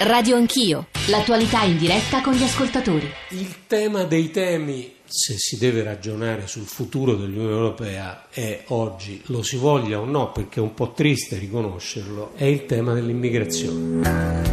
Radio Anch'io, l'attualità in diretta con gli ascoltatori. Il tema dei temi, se si deve ragionare sul futuro dell'Unione Europea, è oggi, lo si voglia o no, perché è un po' triste riconoscerlo, è il tema dell'immigrazione.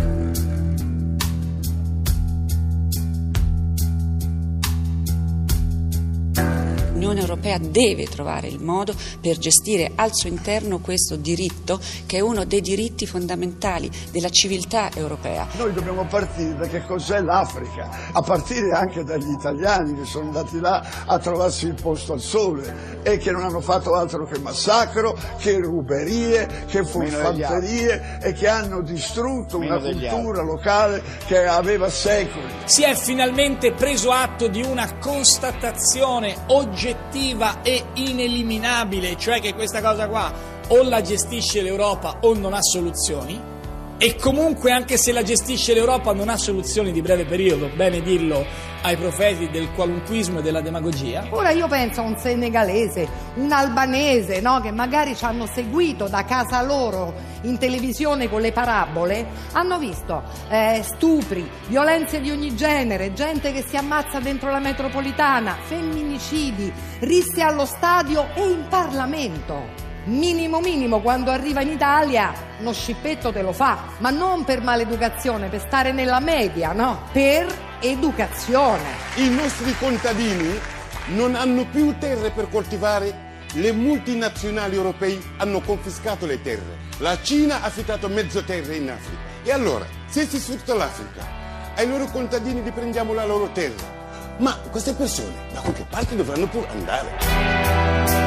L'Unione Europea deve trovare il modo per gestire al suo interno questo diritto, che è uno dei diritti fondamentali della civiltà europea. Noi dobbiamo partire da che cos'è l'Africa, a partire anche dagli italiani che sono andati là a trovarsi il posto al sole e che non hanno fatto altro che massacro, che ruberie, che furfanterie e che hanno distrutto una cultura locale che aveva secoli. Si è finalmente preso atto di una constatazione oggettiva e ineliminabile, cioè che questa cosa qua o la gestisce l'Europa o non ha soluzioni, e comunque anche se la gestisce l'Europa non ha soluzioni di breve periodo, bene dirlo ai profeti del qualunquismo e della demagogia. Ora io penso a un senegalese, un albanese, no, che magari ci hanno seguito da casa loro in televisione con le parabole, hanno visto stupri, violenze di ogni genere, gente che si ammazza dentro la metropolitana, femminicidi, risse allo stadio e in Parlamento. Minimo, quando arriva in Italia uno scippetto te lo fa, ma non per maleducazione, per stare nella media, no? Per educazione. I nostri contadini non hanno più terre per coltivare, le multinazionali europee hanno confiscato le terre, la Cina ha affittato mezzo terra in Africa. E allora, se si sfrutta l'Africa, ai loro contadini li prendiamo la loro terra, ma queste persone da qualche parte dovranno pur andare.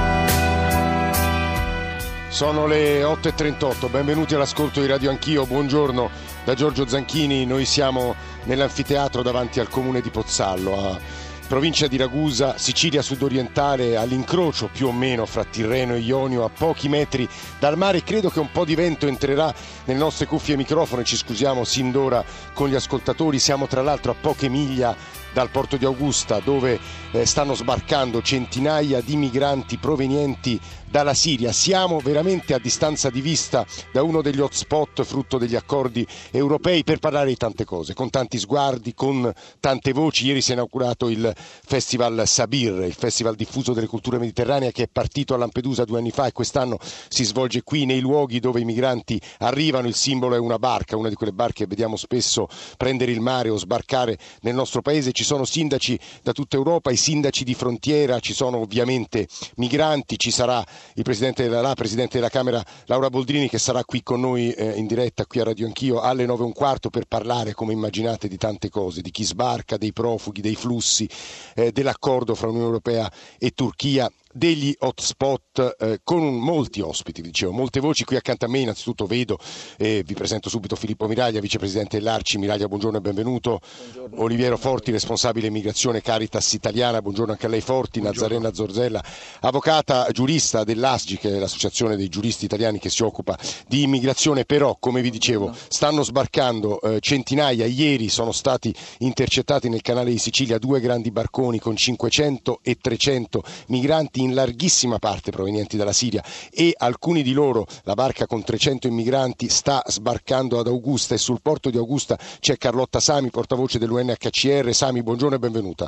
Sono le 8.38, benvenuti all'ascolto di Radio Anch'io, buongiorno da Giorgio Zanchini. Noi siamo nell'anfiteatro davanti al comune di Pozzallo, a provincia di Ragusa, Sicilia sudorientale, all'incrocio più o meno fra Tirreno e Ionio, a pochi metri dal mare. Credo che un po' di vento entrerà nelle nostre cuffie e microfoni, ci scusiamo sin d'ora con gli ascoltatori. Siamo tra l'altro a poche miglia dal porto di Augusta, dove stanno sbarcando centinaia di migranti provenienti dalla Siria. Siamo veramente a distanza di vista da uno degli hotspot frutto degli accordi europei, per parlare di tante cose, con tanti sguardi, con tante voci. Ieri si è inaugurato il Festival Sabir, il festival diffuso delle culture mediterranee, che è partito a Lampedusa 2 anni fa e quest'anno si svolge qui nei luoghi dove i migranti arrivano. Il simbolo è una barca, una di quelle barche che vediamo spesso prendere il mare o sbarcare nel nostro paese. Ci sono sindaci da tutta Europa, i sindaci di frontiera, ci sono ovviamente migranti, ci sarà il presidente della Camera Laura Boldrini, che sarà qui con noi in diretta qui a Radio Anch'io alle 9:15 per parlare, come immaginate, di tante cose, di chi sbarca, dei profughi, dei flussi, dell'accordo fra Unione Europea e Turchia, degli hotspot, con molti ospiti, dicevo, molte voci qui accanto a me. Innanzitutto vedo, vi presento subito Filippo Miraglia, vicepresidente dell'Arci. Miraglia, buongiorno e benvenuto. Buongiorno. Oliviero Forti, responsabile immigrazione Caritas Italiana, buongiorno anche a lei Forti. Buongiorno. Nazarena Zorzella, avvocata giurista dell'ASGI, che è l'associazione dei giuristi italiani che si occupa di immigrazione. Però, come vi dicevo, stanno sbarcando centinaia. Ieri sono stati intercettati nel canale di Sicilia 2 grandi barconi con 500 e 300 migranti, in larghissima parte provenienti dalla Siria, e alcuni di loro, la barca con 300 immigranti, sta sbarcando ad Augusta, e sul porto di Augusta c'è Carlotta Sami, portavoce dell'UNHCR. Sami, buongiorno e benvenuta.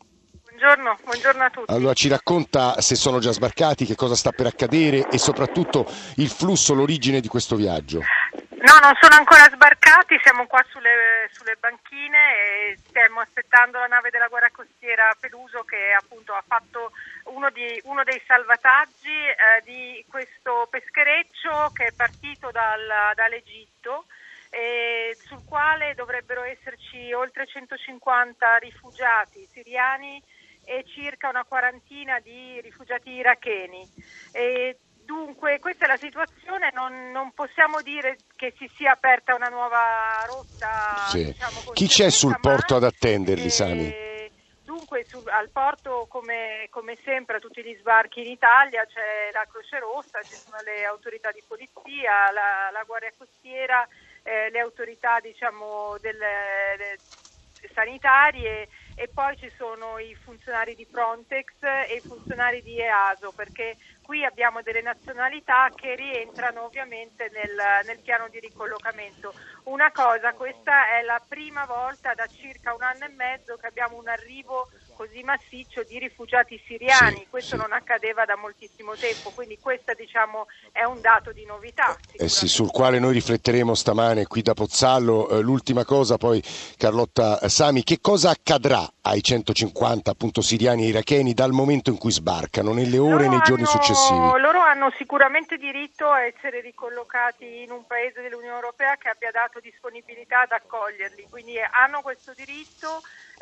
Buongiorno a tutti. Allora, ci racconta se sono già sbarcati, che cosa sta per accadere e soprattutto il flusso, l'origine di questo viaggio. No, non sono ancora sbarcati, siamo qua sulle banchine e stiamo aspettando la nave della Guardia Costiera Peluso, che appunto ha fatto uno dei salvataggi di questo peschereccio che è partito dall'Egitto, sul quale dovrebbero esserci oltre 150 rifugiati siriani e circa una quarantina di rifugiati iracheni. Dunque questa è la situazione, non possiamo dire che si sia aperta una nuova rotta. Sì. Diciamo così. Chi c'è sul porto ad attenderli, Sami? Dunque al porto, come sempre a tutti gli sbarchi in Italia, c'è la Croce Rossa, ci sono le autorità di polizia, la Guardia Costiera, le autorità diciamo sanitari e poi ci sono i funzionari di Frontex e i funzionari di EASO, perché qui abbiamo delle nazionalità che rientrano ovviamente nel piano di ricollocamento. Questa è la prima volta da circa 1 anno e mezzo che abbiamo un arrivo così massiccio di rifugiati siriani, questo non accadeva da moltissimo tempo, quindi questo è un dato di novità. Sì, sul quale noi rifletteremo stamane qui da Pozzallo. L'ultima cosa poi, Carlotta Sami, che cosa accadrà ai 150 appunto siriani e iracheni dal momento in cui sbarcano, nelle ore e nei giorni successivi? Loro hanno sicuramente diritto a essere ricollocati in un paese dell'Unione Europea che abbia dato disponibilità ad accoglierli, quindi hanno questo diritto.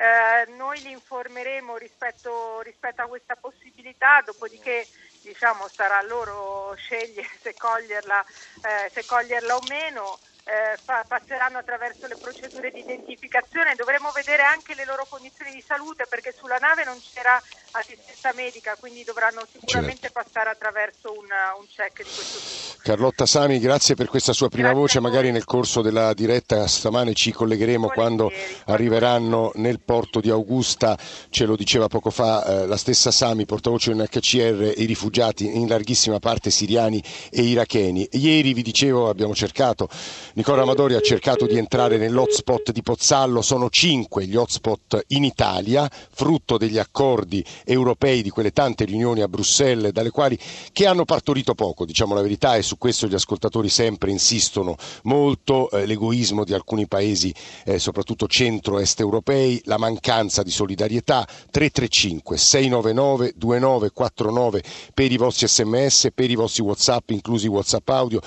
Noi li informeremo rispetto a questa possibilità, dopodiché sarà a loro scegliere se coglierla o meno. Passeranno attraverso le procedure di identificazione, dovremo vedere anche le loro condizioni di salute, perché sulla nave non c'era assistenza medica, quindi dovranno sicuramente passare attraverso un check di questo tipo. Carlotta Sami, grazie per questa sua prima voce, magari nel corso della diretta stamane ci collegheremo quando arriveranno nel porto di Augusta. Ce lo diceva poco fa la stessa Sami, portavoce UNHCR, i rifugiati in larghissima parte siriani e iracheni. Ieri vi dicevo abbiamo cercato, Nicola Amadori ha cercato di entrare nell'hotspot di Pozzallo, sono 5 gli hotspot in Italia, frutto degli accordi europei, di quelle tante riunioni a Bruxelles, dalle quali che hanno partorito poco, diciamo la verità, e su questo gli ascoltatori sempre insistono molto, l'egoismo di alcuni paesi, soprattutto centro-est europei, la mancanza di solidarietà. 335 699 2949 per i vostri sms, per i vostri WhatsApp, inclusi WhatsApp audio,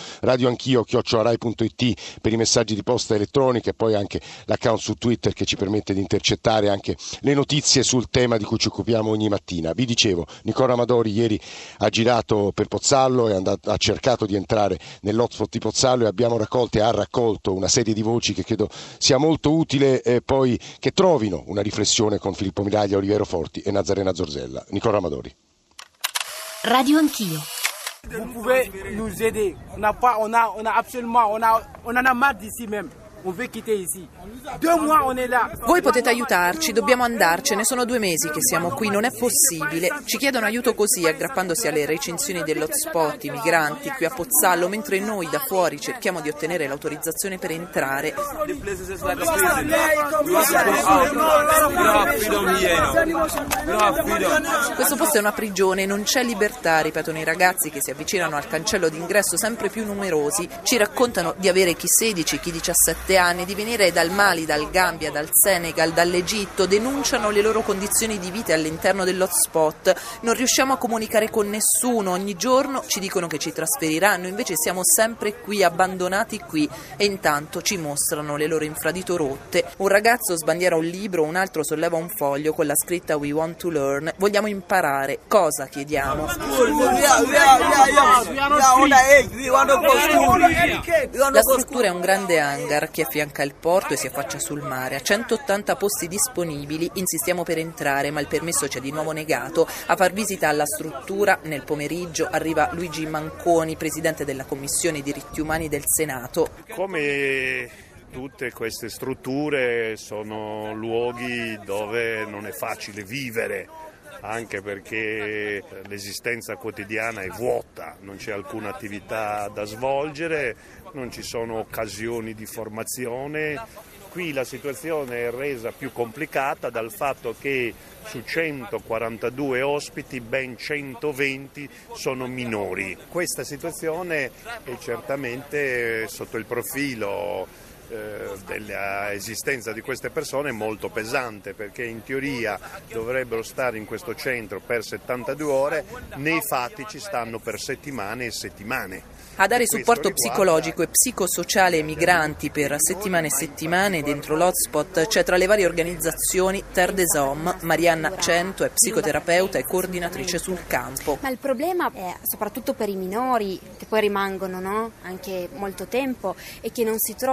radioanchio@rai.it per i messaggi di posta elettronica, e poi anche l'account su Twitter che ci permette di intercettare anche le notizie sul tema di cui ci occupiamo ogni mattina. Vi dicevo, Nicola Amadori ieri ha girato per Pozzallo, ha cercato di entrare nell'hotspot di Pozzallo, e ha raccolto una serie di voci che credo sia molto utile poi che trovino una riflessione con Filippo Miraglia, Oliviero Forti e Nazarena Zorzella. Nicola Amadori. Radio Anch'io. Vous pouvez nous aider. On en a marre d'ici même. On veut quitter ici. 2 mois on est là. Voi potete aiutarci, dobbiamo andarcene, sono 2 mesi che siamo qui, non è possibile. Ci chiedono aiuto così, aggrappandosi alle recinzioni dell'hotspot, i migranti qui a Pozzallo, mentre noi da fuori cerchiamo di ottenere l'autorizzazione per entrare. Questo posto è una prigione, non c'è libertà, ripetono i ragazzi che si avvicinano al cancello d'ingresso, sempre più numerosi. Ci raccontano di avere chi 16, chi 17 anni, di venire dal Mali, dal Gambia, dal Senegal, dall'Egitto, denunciano le loro condizioni di vita all'interno dell'hotspot. Non riusciamo a comunicare con nessuno, ogni giorno ci dicono che ci trasferiranno, invece siamo sempre qui, abbandonati qui, e intanto ci mostrano le loro infradito rotte. Un ragazzo sbandiera un libro, un altro solleva un foglio con la scritta "We want to learn", vogliamo imparare. Cosa chiediamo? La struttura è un grande hangar che affianca il porto e si affaccia sul mare. A 180 posti disponibili, insistiamo per entrare, ma il permesso ci è di nuovo negato. A far visita alla struttura nel pomeriggio arriva Luigi Manconi, presidente della Commissione Diritti Umani del Senato. Come tutte queste strutture sono luoghi dove non è facile vivere, anche perché l'esistenza quotidiana è vuota, non c'è alcuna attività da svolgere, non ci sono occasioni di formazione. Qui la situazione è resa più complicata dal fatto che su 142 ospiti ben 120 sono minori. Questa situazione è certamente sotto il profilo dell'esistenza di queste persone molto pesante, perché in teoria dovrebbero stare in questo centro per 72 ore, nei fatti ci stanno per settimane e settimane. A dare supporto psicologico e psicosociale ai migranti per settimane e settimane dentro l'hotspot c'è tra le varie organizzazioni Terre des Hommes. Marianna Cento è psicoterapeuta e coordinatrice sul campo. Ma il problema è soprattutto per i minori che poi rimangono anche molto tempo e che non si trovano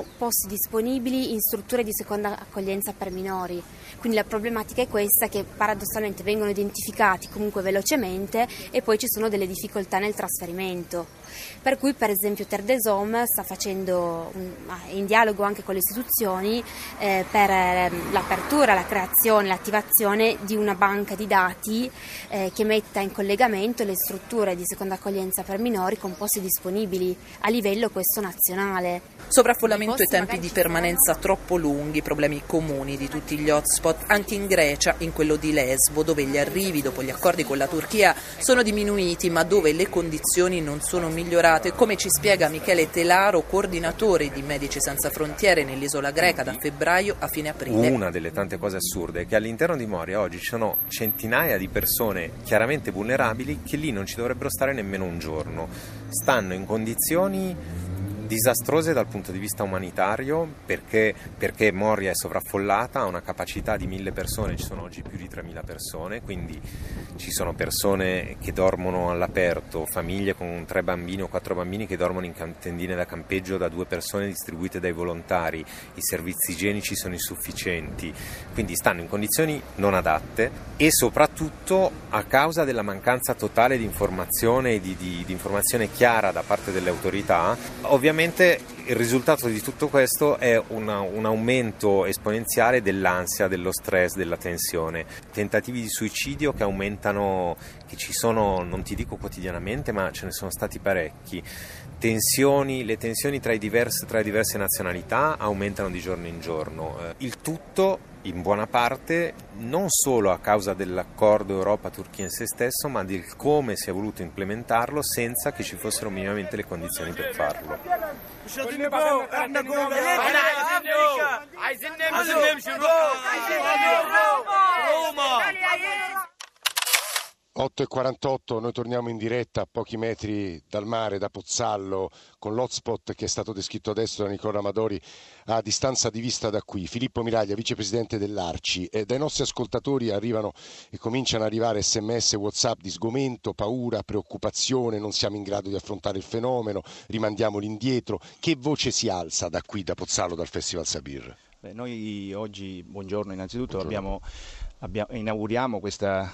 posti disponibili in strutture di seconda accoglienza per minori. Quindi la problematica è questa, che paradossalmente vengono identificati comunque velocemente e poi ci sono delle difficoltà nel trasferimento. Per cui per esempio Terre des Hommes sta facendo, in dialogo anche con le istituzioni, per l'apertura, la creazione, l'attivazione di una banca di dati che metta in collegamento le strutture di seconda accoglienza per minori con posti disponibili a livello questo nazionale. Sovraffollamento e tempi di permanenza troppo lunghi, problemi comuni di tutti gli hotspot, anche in Grecia, in quello di Lesbo, dove gli arrivi dopo gli accordi con la Turchia sono diminuiti, ma dove le condizioni non sono migliorate, come ci spiega Michele Telaro, coordinatore di Medici Senza Frontiere nell'isola greca da febbraio a fine aprile. Una delle tante cose assurde è che all'interno di Moria oggi ci sono centinaia di persone chiaramente vulnerabili che lì non ci dovrebbero stare nemmeno un giorno. Stanno in condizioni disastrose dal punto di vista umanitario perché Moria è sovraffollata, ha una capacità di 1.000 persone, ci sono oggi più di 3.000 persone, quindi ci sono persone che dormono all'aperto, famiglie con 3 bambini o 4 bambini che dormono in tendine da campeggio da 2 persone distribuite dai volontari, i servizi igienici sono insufficienti, quindi stanno in condizioni non adatte e soprattutto a causa della mancanza totale di informazione e di informazione chiara da parte delle autorità. Ovviamente il risultato di tutto questo è un aumento esponenziale dell'ansia, dello stress, della tensione, tentativi di suicidio che aumentano, che ci sono, non ti dico quotidianamente, ma ce ne sono stati parecchi. Le tensioni tra le diverse nazionalità aumentano di giorno in giorno. Il tutto in buona parte non solo a causa dell'accordo Europa-Turchia in se stesso, ma di come si è voluto implementarlo senza che ci fossero minimamente le condizioni per farlo. 8:48, noi torniamo in diretta a pochi metri dal mare, da Pozzallo, con l'hotspot che è stato descritto adesso da Nicola Amadori a distanza di vista da qui. Filippo Miraglia, vicepresidente dell'Arci. Dai nostri ascoltatori arrivano e cominciano ad arrivare SMS, WhatsApp di sgomento, paura, preoccupazione, non siamo in grado di affrontare il fenomeno, rimandiamoli indietro. Che voce si alza da qui, da Pozzallo, dal Festival Sabir? Noi oggi, buongiorno innanzitutto, inauguriamo questa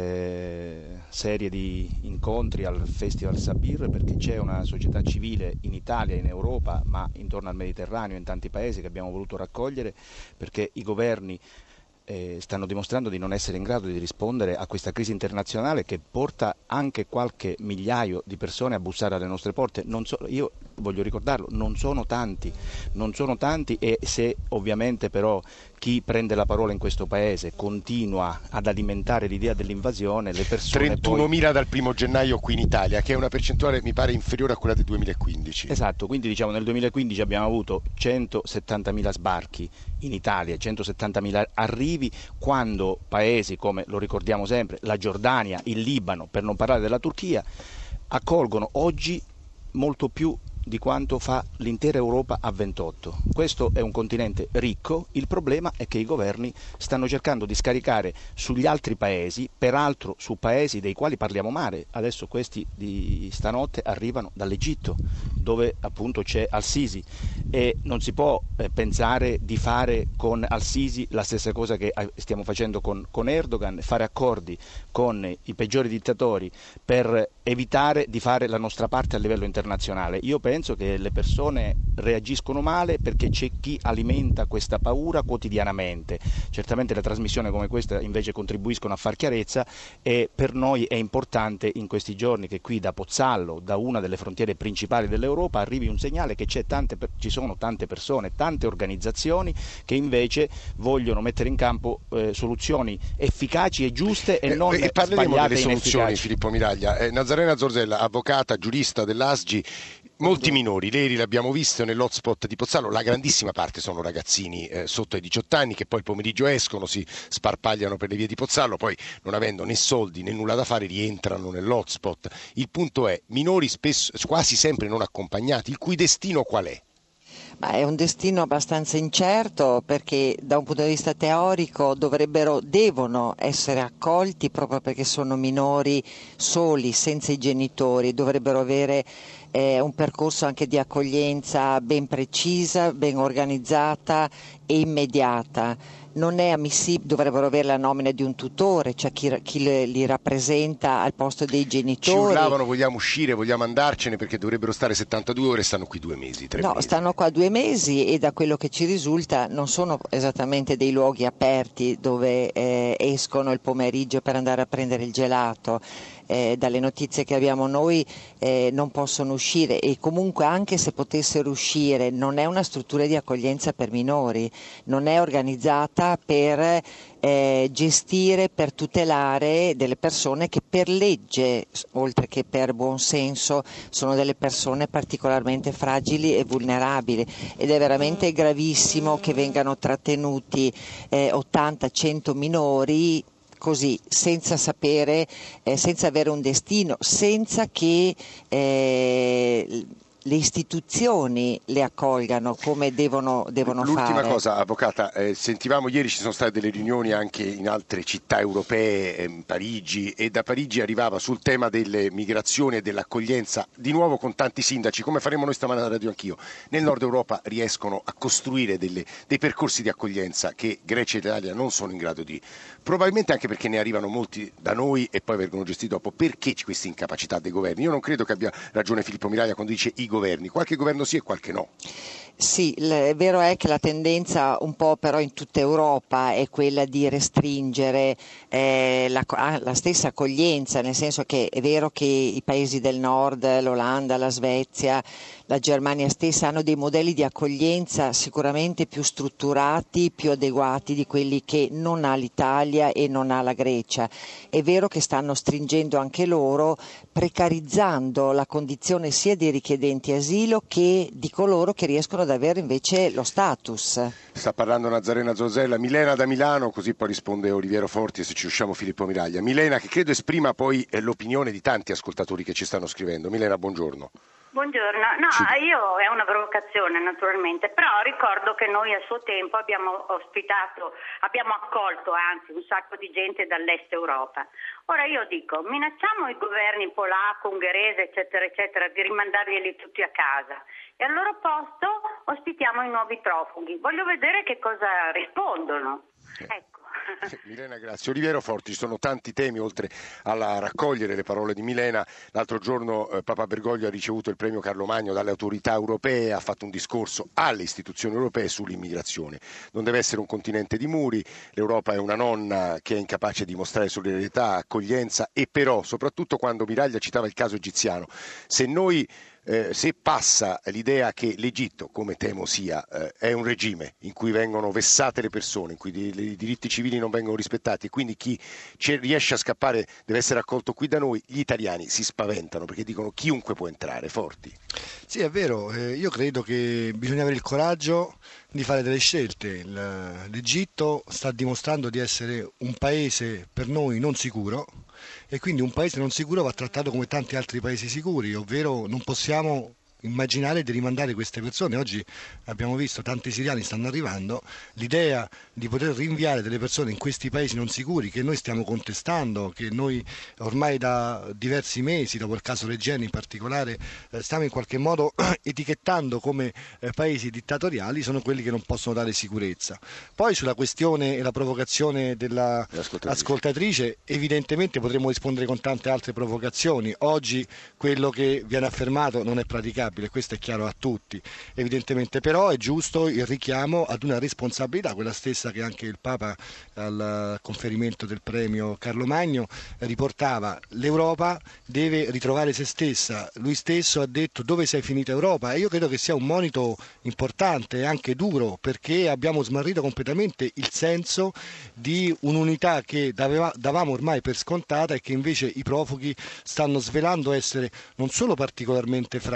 serie di incontri al Festival Sabir perché c'è una società civile in Italia, in Europa, ma intorno al Mediterraneo, in tanti paesi, che abbiamo voluto raccogliere perché i governi stanno dimostrando di non essere in grado di rispondere a questa crisi internazionale che porta anche qualche migliaio di persone a bussare alle nostre porte. Io voglio ricordarlo, non sono tanti e se ovviamente però chi prende la parola in questo paese continua ad alimentare l'idea dell'invasione, le persone 31.000 dal 1 gennaio qui in Italia, che è una percentuale mi pare inferiore a quella del 2015. Esatto, quindi diciamo nel 2015 abbiamo avuto 170.000 sbarchi in Italia, 170.000 arrivi, quando paesi come, lo ricordiamo sempre, la Giordania, il Libano, per non parlare della Turchia, accolgono oggi molto più di quanto fa l'intera Europa a 28. Questo è un continente ricco, il problema è che i governi stanno cercando di scaricare sugli altri paesi, peraltro su paesi dei quali parliamo male. Adesso questi di stanotte arrivano dall'Egitto, dove appunto c'è Al-Sisi, e non si può pensare di fare con Al-Sisi la stessa cosa che stiamo facendo con Erdogan, fare accordi con i peggiori dittatori per evitare di fare la nostra parte a livello internazionale. Io penso che le persone reagiscono male perché c'è chi alimenta questa paura quotidianamente. Certamente le trasmissioni come questa invece contribuiscono a far chiarezza e per noi è importante in questi giorni che qui da Pozzallo, da una delle frontiere principali dell'Europa, arrivi un segnale che ci sono tante persone, tante organizzazioni che invece vogliono mettere in campo soluzioni efficaci e giuste e non sbagliate e parleremo delle soluzioni, inefficaci. Filippo Miraglia. Nazarena Zorzella, avvocata, giurista dell'ASGI. Molti minori, ieri l'abbiamo visto nell'hotspot di Pozzallo, la grandissima parte sono ragazzini sotto ai 18 anni che poi il pomeriggio escono, si sparpagliano per le vie di Pozzallo, poi non avendo né soldi né nulla da fare rientrano nell'hotspot. Il punto è, minori spesso, quasi sempre non accompagnati, il cui destino qual è? È un destino abbastanza incerto perché da un punto di vista teorico devono essere accolti proprio perché sono minori soli, senza i genitori, dovrebbero avere un percorso anche di accoglienza ben precisa, ben organizzata e immediata. Non è ammissibile, dovrebbero avere la nomina di un tutore, cioè chi li rappresenta al posto dei genitori. Ci urlavano vogliamo uscire, vogliamo andarcene, perché dovrebbero stare 72 ore e stanno qui 2 mesi, 3 mesi. No, stanno qua 2 mesi e da quello che ci risulta non sono esattamente dei luoghi aperti dove escono il pomeriggio per andare a prendere il gelato. Dalle notizie che abbiamo noi non possono uscire, e comunque anche se potessero uscire non è una struttura di accoglienza per minori, non è organizzata per gestire, per tutelare delle persone che per legge, oltre che per buon senso, sono delle persone particolarmente fragili e vulnerabili, ed è veramente gravissimo che vengano trattenuti 80-100 minori così, senza sapere, senza avere un destino, senza che le istituzioni le accolgano come devono fare. L'ultima cosa, avvocata, sentivamo ieri, ci sono state delle riunioni anche in altre città europee, Parigi, e da Parigi arrivava sul tema delle migrazioni e dell'accoglienza, di nuovo con tanti sindaci, come faremo noi stamane alla Radio Anch'io. Nel nord Europa riescono a costruire dei percorsi di accoglienza che Grecia e Italia non sono in grado di, probabilmente anche perché ne arrivano molti da noi e poi vengono gestiti dopo. Perché questa incapacità dei governi? Io non credo che abbia ragione Filippo Miraglia quando dice i governi, qualche governo sì e qualche no. Sì, è vero è che la tendenza un po' però in tutta Europa è quella di restringere la stessa accoglienza, nel senso che è vero che i paesi del nord, l'Olanda, la Svezia, la Germania stessa hanno dei modelli di accoglienza sicuramente più strutturati, più adeguati di quelli che non ha l'Italia e non ha la Grecia. È vero che stanno stringendo anche loro, precarizzando la condizione sia dei richiedenti asilo che di coloro che riescono ad avere invece lo status. Sta parlando Nazarena Zozzella. Milena da Milano, così poi risponde Oliviero Forti e se ci riusciamo Filippo Miraglia. Milena, che credo esprima poi l'opinione di tanti ascoltatori che ci stanno scrivendo. Milena, buongiorno. Buongiorno, io è una provocazione naturalmente, però ricordo che noi a suo tempo abbiamo accolto un sacco di gente dall'est Europa. Ora io dico, minacciamo i governi polacco, ungherese, eccetera, eccetera, di rimandarglieli tutti a casa e al loro posto ospitiamo i nuovi profughi. Voglio vedere che cosa rispondono. Ecco. Milena, grazie. Oliviero Forti, ci sono tanti temi oltre a raccogliere le parole di Milena. L'altro giorno Papa Bergoglio ha ricevuto il premio Carlo Magno dalle autorità europee, ha fatto un discorso alle istituzioni europee sull'immigrazione. Non deve essere un continente di muri, l'Europa è una nonna che è incapace di mostrare solidarietà, accoglienza, e però, soprattutto quando Miraglia citava il caso egiziano, se passa l'idea che l'Egitto, come temo sia, è un regime in cui vengono vessate le persone, in cui i diritti civili non vengono rispettati, e quindi chi riesce a scappare deve essere accolto qui da noi, gli italiani si spaventano perché dicono chiunque può entrare. Forti. Sì, è vero, io credo che bisogna avere il coraggio di fare delle scelte. L'Egitto sta dimostrando di essere un paese per noi non sicuro, e quindi un paese non sicuro va trattato come tanti altri paesi sicuri, ovvero non possiamo immaginare di rimandare queste persone. Oggi abbiamo visto tanti siriani stanno arrivando, l'idea di poter rinviare delle persone in questi paesi non sicuri che noi stiamo contestando, che noi ormai da diversi mesi, dopo il caso Regeni in particolare, stiamo in qualche modo etichettando come paesi dittatoriali, sono quelli che non possono dare sicurezza. Poi sulla questione e la provocazione dell'ascoltatrice, evidentemente potremmo rispondere con tante altre provocazioni. Oggi quello che viene affermato non è praticabile, questo è chiaro a tutti evidentemente, però è giusto il richiamo ad una responsabilità, quella stessa che anche il Papa al conferimento del premio Carlo Magno riportava. L'Europa deve ritrovare se stessa, lui stesso ha detto dove sei finita Europa, e io credo che sia un monito importante e anche duro, perché abbiamo smarrito completamente il senso di un'unità che davamo ormai per scontata e che invece i profughi stanno svelando essere non solo particolarmente fragile,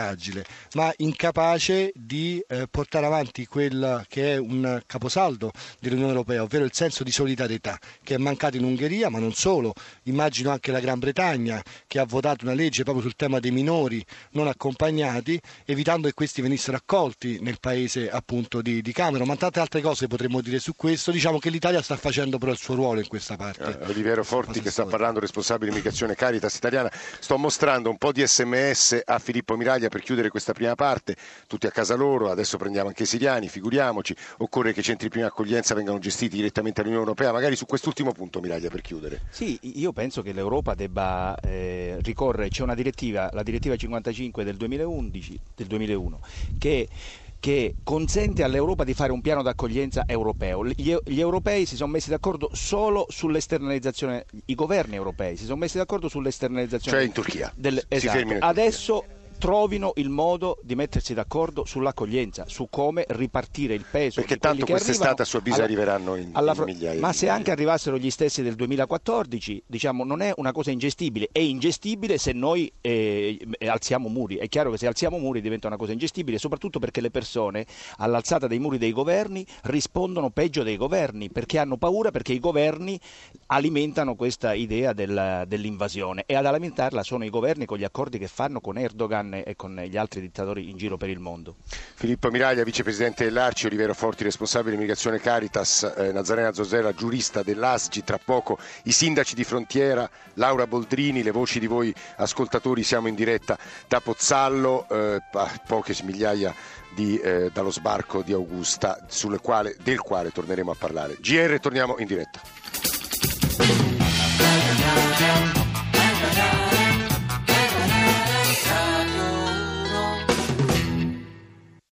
ma incapace di portare avanti quel che è un caposaldo dell'Unione Europea, ovvero il senso di solidarietà, che è mancato in Ungheria, ma non solo. Immagino anche la Gran Bretagna, che ha votato una legge proprio sul tema dei minori non accompagnati, evitando che questi venissero accolti nel paese appunto di Cameron, ma tante altre cose potremmo dire su questo. Diciamo che l'Italia sta facendo però il suo ruolo in questa parte. Oliviero Forti che sta parlando, responsabile immigrazione Caritas italiana. Sto mostrando un po' di SMS a Filippo Miraglia per chiudere questa prima parte, tutti a casa loro, adesso prendiamo anche i siriani, figuriamoci, occorre che i centri di prima accoglienza vengano gestiti direttamente dall'Unione Europea, magari su quest'ultimo punto Miraglia per chiudere. Sì, io penso che l'Europa debba ricorrere, c'è una direttiva, la direttiva 55 del 2001, che consente all'Europa di fare un piano d'accoglienza europeo. Gli europei si sono messi d'accordo solo sull'esternalizzazione, i governi europei si sono messi d'accordo sull'esternalizzazione. Cioè in Turchia. Esatto. Adesso trovino il modo di mettersi d'accordo sull'accoglienza, su come ripartire il peso. Perché tanto quest'estate a suo avviso arriveranno in migliaia. Ma se anche arrivassero gli stessi del 2014, diciamo, non è una cosa ingestibile. È ingestibile se noi alziamo muri. È chiaro che se alziamo muri diventa una cosa ingestibile, soprattutto perché le persone all'alzata dei muri dei governi rispondono peggio dei governi, perché hanno paura, perché i governi alimentano questa idea dell'invasione, e ad alimentarla sono i governi con gli accordi che fanno con Erdogan e con gli altri dittatori in giro per il mondo. Filippo Miraglia, vicepresidente dell'Arci, Oliviero Forti, responsabile immigrazione Caritas, Nazarena Zozzera, giurista dell'ASGI, tra poco i sindaci di frontiera, Laura Boldrini, le voci di voi ascoltatori, siamo in diretta da Pozzallo, a poche migliaia dallo sbarco di Augusta, del quale torneremo a parlare. GR, torniamo in diretta.